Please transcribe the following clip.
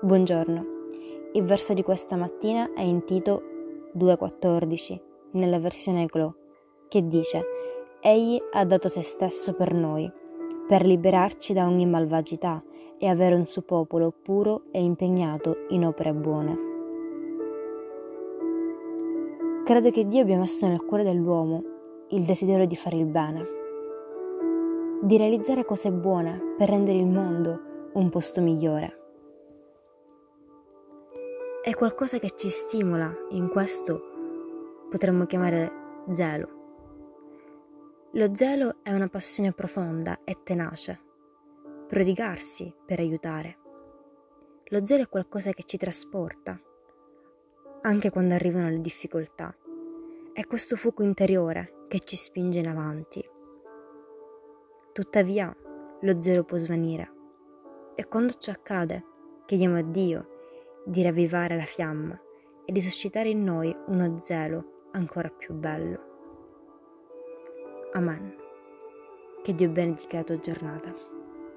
Buongiorno, il verso di questa mattina è in Tito 2,14, nella versione Glow, che dice: Egli ha dato se stesso per noi, per liberarci da ogni malvagità e avere un suo popolo puro e impegnato in opere buone. Credo che Dio abbia messo nel cuore dell'uomo il desiderio di fare il bene, di realizzare cose buone per rendere il mondo un posto migliore. È qualcosa che ci stimola, in questo potremmo chiamare zelo. Lo zelo è una passione profonda e tenace, prodigarsi per aiutare. Lo zelo è qualcosa che ci trasporta, anche quando arrivano le difficoltà. È questo fuoco interiore che ci spinge in avanti. Tuttavia, lo zelo può svanire e quando ciò accade, chiediamo a Dio di ravvivare la fiamma e di suscitare in noi uno zelo ancora più bello. Amen. Che Dio benedica la tua giornata.